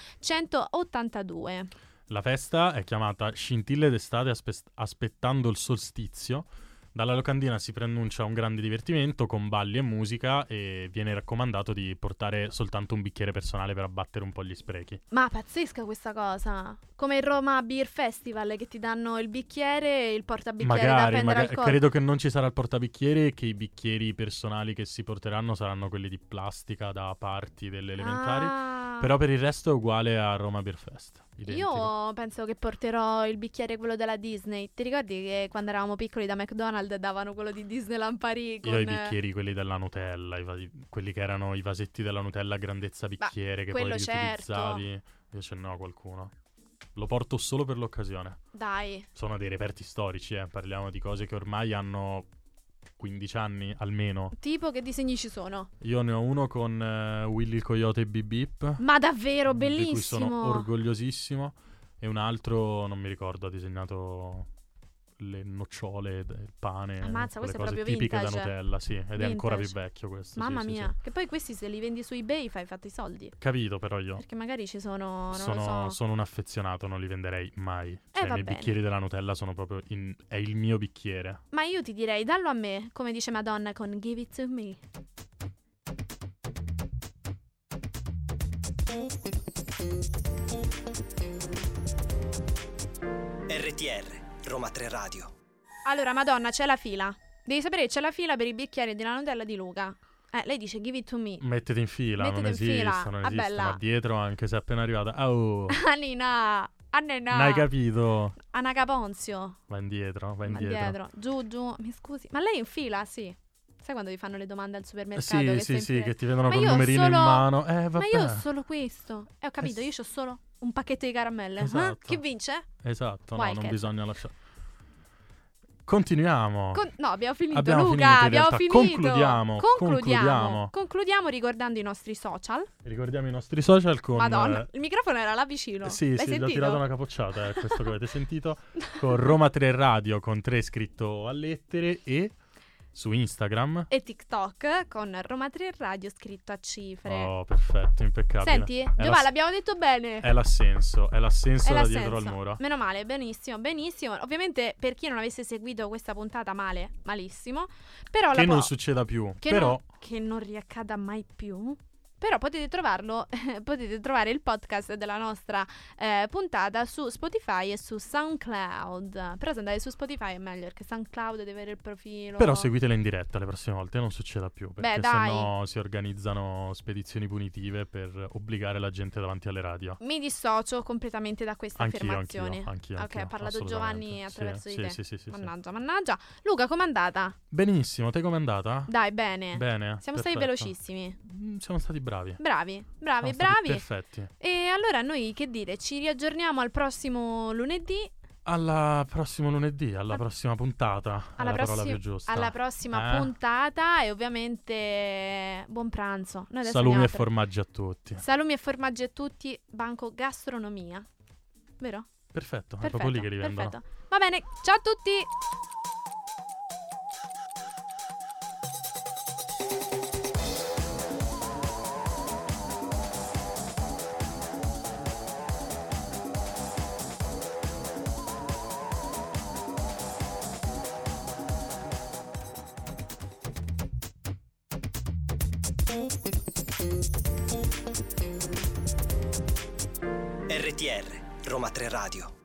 S1: 182.
S2: La festa è chiamata Scintille d'estate aspettando il solstizio. Dalla locandina si preannuncia un grande divertimento con balli e musica e viene raccomandato di portare soltanto un bicchiere personale per abbattere un po' gli sprechi.
S1: Ma pazzesca questa cosa. Come il Roma Beer Festival che ti danno il bicchiere e il portabicchiere da appendere al corpo.
S2: Credo che non ci sarà il portabicchiere e che i bicchieri personali che si porteranno saranno quelli di plastica da party delle elementari. Però per il resto è uguale a Roma Beer Fest. Identico.
S1: Io penso che porterò il bicchiere quello della Disney. Ti ricordi che quando eravamo piccoli da McDonald's davano quello di Disneyland Paris?
S2: Io ho i bicchieri, quelli della Nutella, quelli che erano i vasetti della Nutella a grandezza bicchiere, che poi riutilizzavi. Io ce ne ho qualcuno. Lo porto solo per l'occasione.
S1: Dai.
S2: Sono dei reperti storici, parliamo di cose che ormai hanno 15 anni almeno.
S1: Tipo che disegni ci sono?
S2: Io ne ho uno con Willy il Coyote e Bip Bip.
S1: Ma davvero, bellissimo.
S2: Di cui sono orgogliosissimo. E un altro, non mi ricordo, ha disegnato le nocciole, il pane.
S1: Ammazza,
S2: quelle
S1: questo è
S2: cose
S1: proprio
S2: tipiche
S1: vintage.
S2: da Nutella, sì. Ed
S1: Vintage.
S2: è ancora più vecchio questo.
S1: Mamma
S2: sì,
S1: mia.
S2: sì.
S1: Che poi questi se li vendi su eBay fai fatti i soldi.
S2: Capito però io.
S1: Perché magari ci sono, non lo so.
S2: Sono un affezionato, non li venderei mai. Cioè, i
S1: va
S2: miei
S1: bene.
S2: bicchieri della Nutella sono proprio è il mio bicchiere.
S1: Ma io ti direi, dallo a me, come dice Madonna con Give It To Me.
S3: RTR, Roma 3 Radio.
S1: Allora, Madonna, c'è la fila. Devi sapere che c'è la fila per i bicchieri della Nutella di Luca. Lei dice give it to me.
S2: Mettete in fila,
S1: Mettete
S2: non
S1: in
S2: esiste,
S1: fila.
S2: non
S1: Ah,
S2: esiste.
S1: bella.
S2: Ma dietro, anche se è appena arrivata. Oh,
S1: Anina, Annena.
S2: non hai capito?
S1: Anaga Ponzio.
S2: Va indietro, va
S1: Ma
S2: indietro.
S1: Giù, mi scusi. Ma lei è in fila? Sì. Sai quando vi fanno le domande al supermercato?
S2: Sì,
S1: che
S2: sì,
S1: sei in
S2: sì,
S1: fila?
S2: che ti vedono
S1: Ma
S2: col
S1: io ho
S2: numerino in
S1: solo-
S2: mano. Vabbè.
S1: Ma io ho solo questo. Ho capito,
S2: Eh
S1: io ho solo un pacchetto di caramelle.
S2: Esatto.
S1: Chi vince?
S2: Esatto, no,
S1: Wildcat.
S2: non bisogna lasciare. Continuiamo.
S1: No, abbiamo finito,
S2: Abbiamo
S1: Luca.
S2: finito, in
S1: Abbiamo
S2: realtà.
S1: finito.
S2: Concludiamo.
S1: Concludiamo ricordando i nostri social.
S2: Ricordiamo i nostri social con...
S1: Madonna, il microfono era là vicino.
S2: Sì,
S1: L'hai
S2: sì,
S1: sentito?
S2: gli ho tirato una capocciata, questo che avete sentito. Con Roma 3 Radio, con 3 scritto a lettere, e su Instagram.
S1: E TikTok con Roma 3 Radio scritto a cifre.
S2: Oh, perfetto, impeccabile.
S1: Senti,
S2: È
S1: Giovanni, l'abbiamo detto bene.
S2: È l'assenso
S1: È
S2: da dietro
S1: l'assenso.
S2: al muro.
S1: Meno male, benissimo, benissimo. Ovviamente per chi non avesse seguito questa puntata malissimo. Però
S2: Che non succeda più,
S1: che
S2: però...
S1: che non riaccada mai più. Però potete trovare il podcast della nostra puntata su Spotify e su SoundCloud. Però se andate su Spotify è meglio, perché SoundCloud deve avere il profilo.
S2: Però seguitela in diretta le prossime volte, non succeda più, perché
S1: dai.
S2: sennò si organizzano spedizioni punitive per obbligare la gente davanti alle radio.
S1: Mi dissocio completamente da questa affermazione.
S2: Anch'io.
S1: Ok, ha parlato Giovanni attraverso di te.
S2: Sì.
S1: Mannaggia. Luca, com'è andata?
S2: Benissimo, te com'è andata?
S1: Dai, bene.
S2: perfetto.
S1: Siamo stati velocissimi.
S2: Siamo stati bravi.
S1: Bravi.
S2: Siamo stati perfetti.
S1: E allora noi, che dire, ci riaggiorniamo al prossimo lunedì.
S2: Alla prossimo lunedì, alla prossima puntata. Alla parola più giusta.
S1: Alla prossima puntata e ovviamente buon pranzo. Noi adesso
S2: salumi e formaggi a tutti.
S1: Salumi e formaggi a tutti, banco gastronomia. Vero?
S2: Perfetto, è proprio lì che li vendono.
S1: Perfetto. Va bene, ciao a tutti!
S3: RTR, Roma 3 Radio.